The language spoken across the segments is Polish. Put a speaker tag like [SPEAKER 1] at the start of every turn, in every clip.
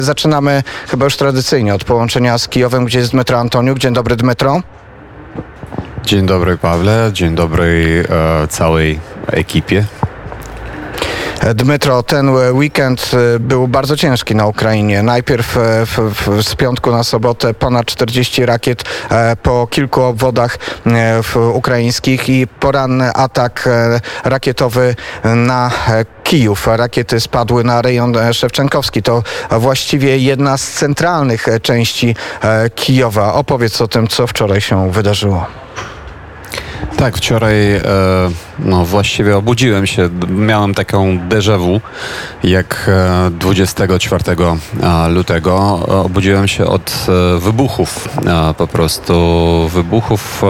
[SPEAKER 1] Zaczynamy chyba już tradycyjnie od połączenia z Kijowem, gdzie jest Dmytro Antoniuk. Dzień dobry, Dmytro.
[SPEAKER 2] Dzień dobry, Pawle. Dzień dobry całej ekipie.
[SPEAKER 1] Dmytro, ten weekend był bardzo ciężki na Ukrainie. Najpierw z piątku na sobotę ponad 40 rakiet po kilku obwodach ukraińskich i poranny atak rakietowy na Kijów. Rakiety spadły na rejon szewczenkowski. To właściwie jedna z centralnych części Kijowa. Opowiedz o tym, co wczoraj się wydarzyło.
[SPEAKER 2] Tak, wczoraj właściwie obudziłem się. Miałem taką déjà vu, jak 24 lutego obudziłem się od wybuchów. Po prostu wybuchów.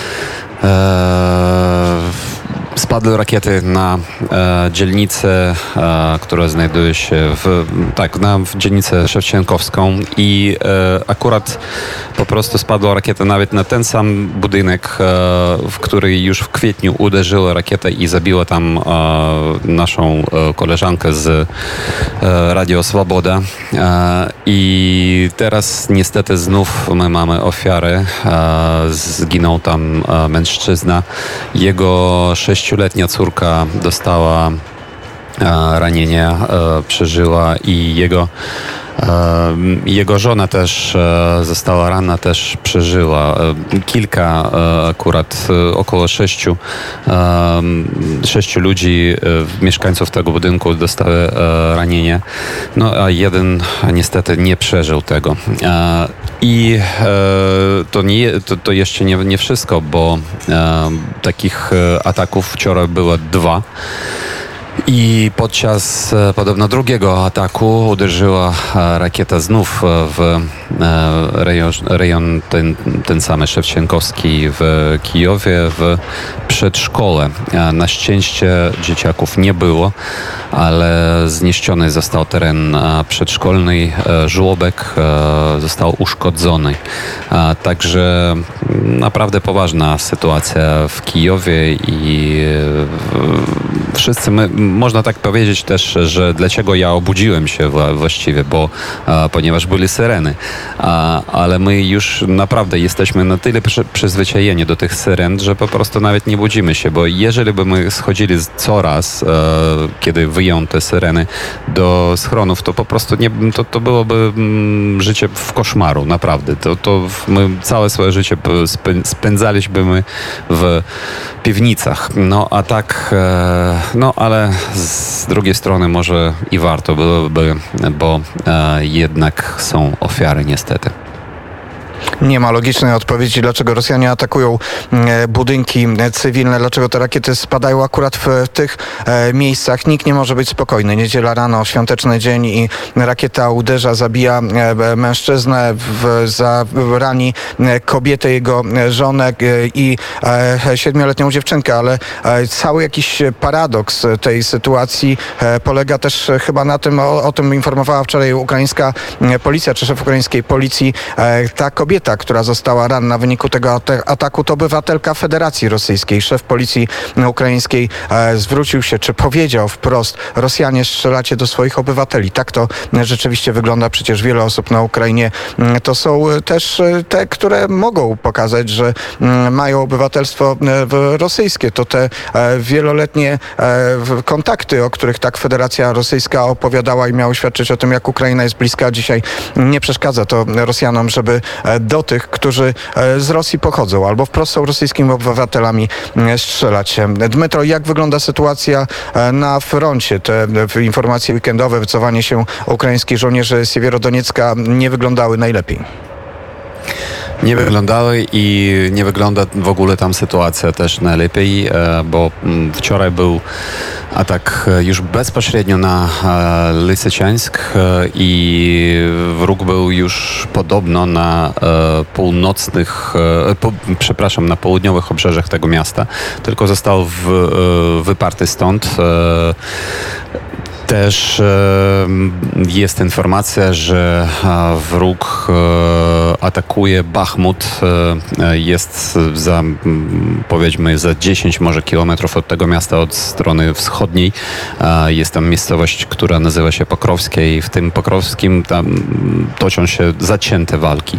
[SPEAKER 2] Spadły rakiety na dzielnicę, która znajduje się w dzielnicę szewczenkowską i akurat po prostu spadła rakieta nawet na ten sam budynek, w który już w kwietniu uderzyła rakieta i zabiła tam naszą koleżankę z Radio Swoboda. I teraz niestety znów my mamy ofiarę. Zginął tam mężczyzna. Jego 6-letnia córka dostała ranienia, przeżyła i jego żona też została ranna, też przeżyła. Kilka, akurat około 6 ludzi, mieszkańców tego budynku dostały ranienie, a jeden niestety nie przeżył tego. I to jeszcze nie wszystko, bo takich ataków wczoraj było 2. I podczas podobno drugiego ataku uderzyła rakieta znów w rejon ten samy szewczenkowski w Kijowie, w przedszkole. Na szczęście dzieciaków nie było, ale zniszczony został teren przedszkolny, żłobek został uszkodzony. Także naprawdę poważna sytuacja w Kijowie i wszyscy można tak powiedzieć też, że dlaczego ja obudziłem się właściwie, ponieważ były syreny. Ale my już naprawdę jesteśmy na tyle przyzwyczajeni do tych syren, że po prostu nawet nie budzimy się, bo jeżeli by my schodzili coraz, kiedy wyją te syreny do schronów, to po prostu to byłoby życie w koszmaru, naprawdę. To my całe swoje życie spędzaliśmy w piwnicach. A tak, ale z drugiej strony może i warto byłoby, bo jednak są ofiary niestety.
[SPEAKER 1] Nie ma logicznej odpowiedzi, dlaczego Rosjanie atakują budynki cywilne, dlaczego te rakiety spadają akurat w tych miejscach. Nikt nie może być spokojny. Niedziela rano, świąteczny dzień i rakieta uderza, zabija mężczyznę, rani kobietę, jego żonę i 7-letnią dziewczynkę, ale cały jakiś paradoks tej sytuacji polega też chyba na tym, o tym informowała wczoraj ukraińska policja, czy szef ukraińskiej policji. Ta kobieta, która została ranna w wyniku tego ataku, to obywatelka Federacji Rosyjskiej. Szef policji ukraińskiej zwrócił się, czy powiedział wprost: Rosjanie, strzelacie do swoich obywateli. Tak to rzeczywiście wygląda. Przecież wiele osób na Ukrainie to są też te, które mogą pokazać, że mają obywatelstwo rosyjskie. To te wieloletnie kontakty, o których tak Federacja Rosyjska opowiadała i miały świadczyć o tym, jak Ukraina jest bliska. Dzisiaj nie przeszkadza to Rosjanom, żeby do tych, którzy z Rosji pochodzą albo wprost są rosyjskimi obywatelami, strzelać. Dmytro, jak wygląda sytuacja na froncie? Te informacje weekendowe, wycofanie się ukraińskich żołnierzy z Siewierodoniecka nie wyglądały najlepiej.
[SPEAKER 2] Nie wyglądały i nie wygląda w ogóle tam sytuacja też najlepiej, bo wczoraj był atak już bezpośrednio na Lysyczańsk i wróg był już podobno na na południowych obrzeżach tego miasta, tylko został wyparty stąd. Też jest informacja, że wróg atakuje Bachmut. Jest powiedzmy za 10 może kilometrów od tego miasta, od strony wschodniej. Jest tam miejscowość, która nazywa się Pokrowskie i w tym Pokrowskim tam toczą się zacięte walki.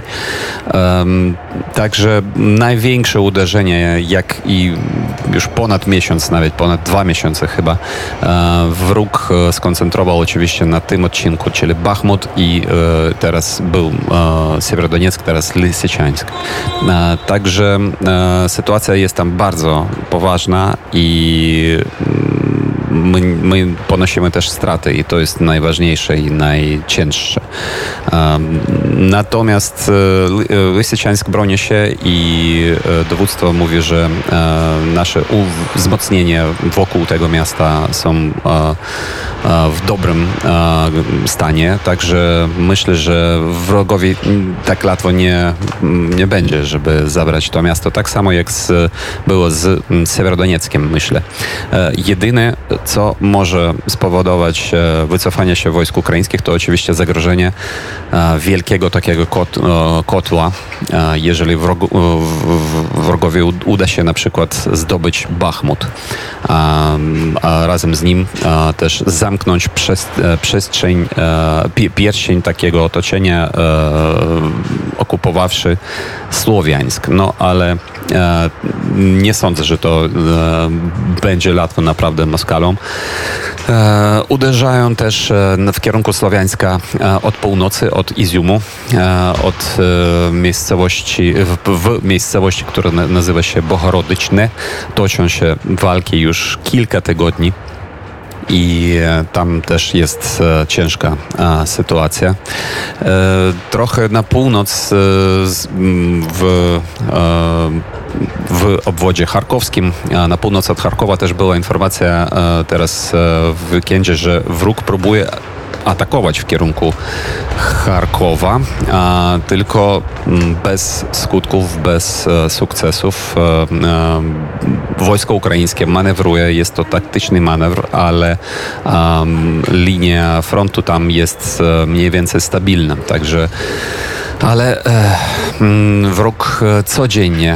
[SPEAKER 2] Także największe uderzenie, jak i już ponad miesiąc, nawet ponad 2 miesiące chyba, wróg skoncentrował oczywiście na tym odcinku, czyli Bachmut i teraz był Siewierodonieck, teraz Lisyciańsk. Także sytuacja jest tam bardzo poważna i my ponosimy też straty i to jest najważniejsze i najcięższe. Natomiast Lisyciańsk broni się i dowództwo mówi, że nasze wzmocnienia wokół tego miasta są w dobrym stanie, także myślę, że wrogowi tak łatwo nie będzie, żeby zabrać to miasto. Tak samo jak było z Siewierodonieckiem, myślę. Jedyne, co może spowodować wycofanie się wojsk ukraińskich, to oczywiście zagrożenie wielkiego takiego kotła, jeżeli wrogowi uda się na przykład zdobyć Bachmut, a razem z nim też zamknąć przestrzeń, pierścień takiego otoczenia, okupowawszy Słowiańsk. No ale nie sądzę, że to będzie łatwo naprawdę Moskalom. Uderzają też w kierunku Słowiańska od północy, od Iziumu, od miejscowości, w miejscowości, która nazywa się Bohorodyczne. Toczą się walki już kilka tygodni. I tam też jest ciężka sytuacja. Trochę na północ w obwodzie charkowskim, na północ od Charkowa też była informacja teraz w weekendzie, że wróg próbuje atakować w kierunku Charkowa, tylko bez skutków, bez sukcesów. Wojsko ukraińskie manewruje, jest to taktyczny manewr, ale linia frontu tam jest mniej więcej stabilna, także ale wróg codziennie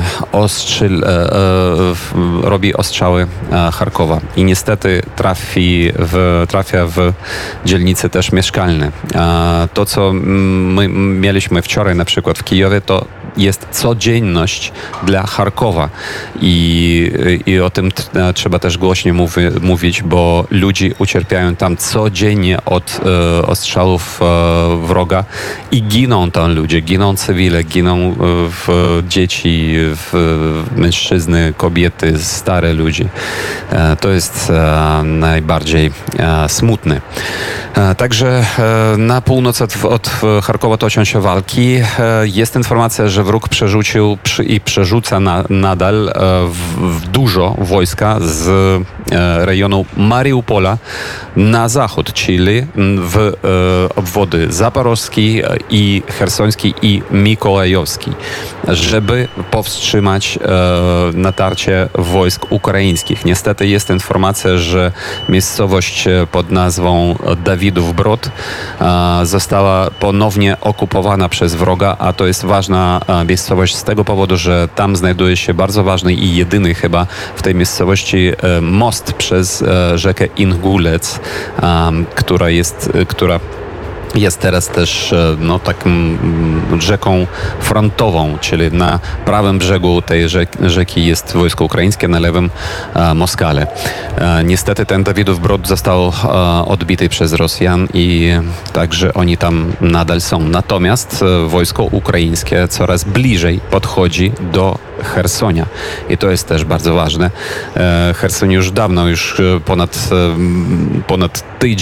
[SPEAKER 2] robi ostrzały Charkowa i niestety trafia w dzielnice też mieszkalne. To, co my mieliśmy wczoraj na przykład w Kijowie, to jest codzienność dla Charkowa i o tym trzeba też głośniej mówić, bo ludzie ucierpiają tam codziennie od ostrzałów wroga i giną tam ludzie, giną cywile, giną dzieci, mężczyzny, kobiety, stare ludzie. To jest najbardziej smutne. Także na północ od Charkowa toczą się walki. Jest informacja, że wróg przerzucił i przerzuca nadal dużo wojska z rejonu Mariupola na zachód, czyli w obwody zaporowski i chersoński i mikołajowski, żeby powstrzymać natarcie wojsk ukraińskich. Niestety jest informacja, że miejscowość pod nazwą Dawidów Brod została ponownie okupowana przez wroga, a to jest ważna miejscowość z tego powodu, że tam znajduje się bardzo ważny i jedyny chyba w tej miejscowości most przez rzekę Ingulec, która jest teraz też taką rzeką frontową, czyli na prawym brzegu tej rzeki jest wojsko ukraińskie, na lewym Moskale. Niestety ten Dawidów Brod został odbity przez Rosjan i także oni tam nadal są. Natomiast wojsko ukraińskie coraz bliżej podchodzi do Chersonia i to jest też bardzo ważne. Cherson już dawno, już ponad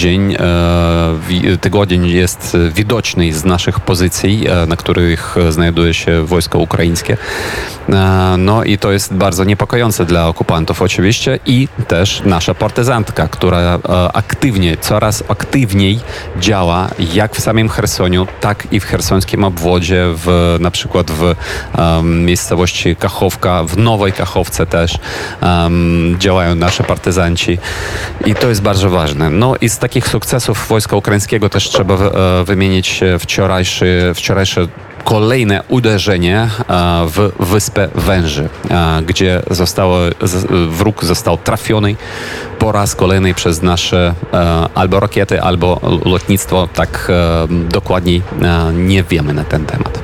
[SPEAKER 2] tygodeń jest widoczny z naszych pozycji, na których znajduje się wojsko ukraińskie. No i to jest bardzo niepokojące dla okupantów oczywiście i też nasza partyzantka, która coraz aktywniej działa jak w samym Chersoniu, tak i w chersońskim obwodzie, na przykład w miejscowości Kachowka, w Nowej Kachowce też działają nasze partyzanci i to jest bardzo ważne. No i z takich sukcesów Wojska Ukraińskiego też trzeba wymienić wczorajsze kolejne uderzenie w wyspę Węży, gdzie wróg został trafiony po raz kolejny przez nasze albo rakiety, albo lotnictwo. Tak dokładniej nie wiemy na ten temat.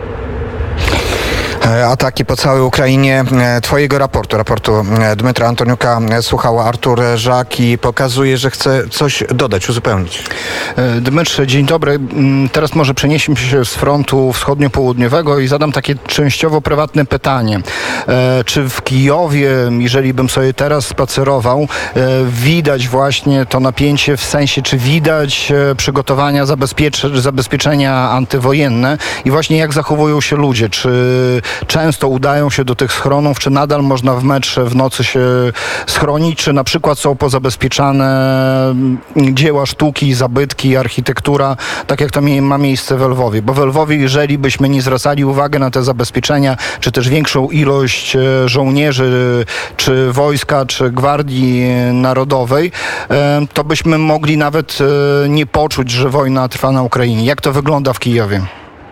[SPEAKER 1] Ataki po całej Ukrainie. Twojego raportu Dmytra Antoniuka słuchał Artur Żak i pokazuje, że chce coś dodać, uzupełnić.
[SPEAKER 3] Dmytrze, dzień dobry. Teraz może przenieśmy się z frontu wschodnio-południowego i zadam takie częściowo prywatne pytanie. Czy w Kijowie, jeżeli bym sobie teraz spacerował, widać właśnie to napięcie, w sensie, czy widać przygotowania, zabezpieczenia antywojenne i właśnie jak zachowują się ludzie? Czy często udają się do tych schronów, czy nadal można w metrze w nocy się schronić, czy na przykład są pozabezpieczane dzieła sztuki, zabytki, architektura, tak jak to ma miejsce w Lwowie. Bo w Lwowie, jeżeli byśmy nie zwracali uwagi na te zabezpieczenia, czy też większą ilość żołnierzy, czy wojska, czy Gwardii Narodowej, to byśmy mogli nawet nie poczuć, że wojna trwa na Ukrainie. Jak to wygląda w Kijowie?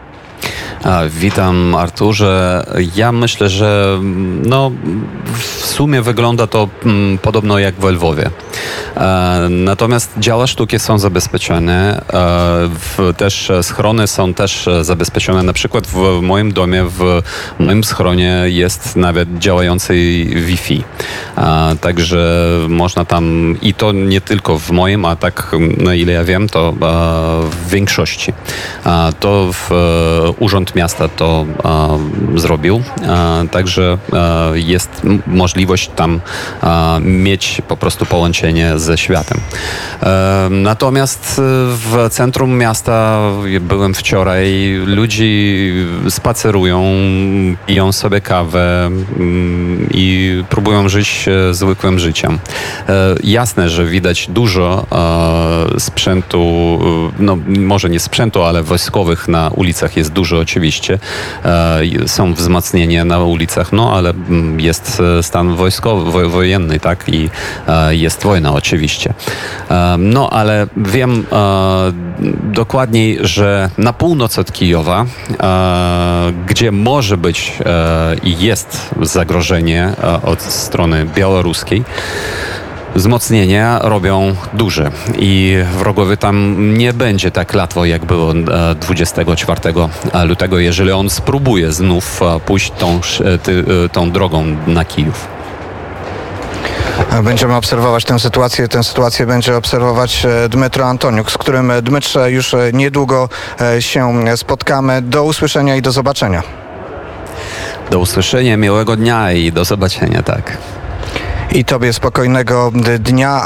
[SPEAKER 2] Witam, Arturze. Ja myślę, że w sumie wygląda to podobno jak w Lwowie. Natomiast dzieła sztuki są zabezpieczone. Też schrony są też zabezpieczone. Na przykład w moim domie, w moim schronie jest nawet działający Wi-Fi. Także można tam, i to nie tylko w moim, a tak na ile ja wiem, to w większości. To Urząd Miasta to zrobił. Także jest możliwość tam mieć po prostu połączenie ze światem. Natomiast w centrum miasta byłem wczoraj, ludzi spacerują, piją sobie kawę i próbują żyć zwykłym życiem. Jasne, że widać dużo sprzętu, może nie sprzętu, ale wojskowych na ulicach jest dużo oczywiście. Są wzmocnienia na ulicach, ale jest stan wojskowy, wojenny, tak? I jest wojna oczywiście. Ale wiem dokładniej, że na północ od Kijowa, gdzie może być i jest zagrożenie od strony białoruskiej, wzmocnienia robią duże i wrogowie tam nie będzie tak łatwo, jak było 24 lutego, jeżeli on spróbuje znów pójść tą drogą na Kijów.
[SPEAKER 1] Będziemy obserwować tę sytuację będzie obserwować Dmytro Antoniuk, z którym, Dmytrze, już niedługo się spotkamy. Do usłyszenia i do zobaczenia.
[SPEAKER 2] Do usłyszenia, miłego dnia i do zobaczenia, tak.
[SPEAKER 1] I tobie spokojnego dnia.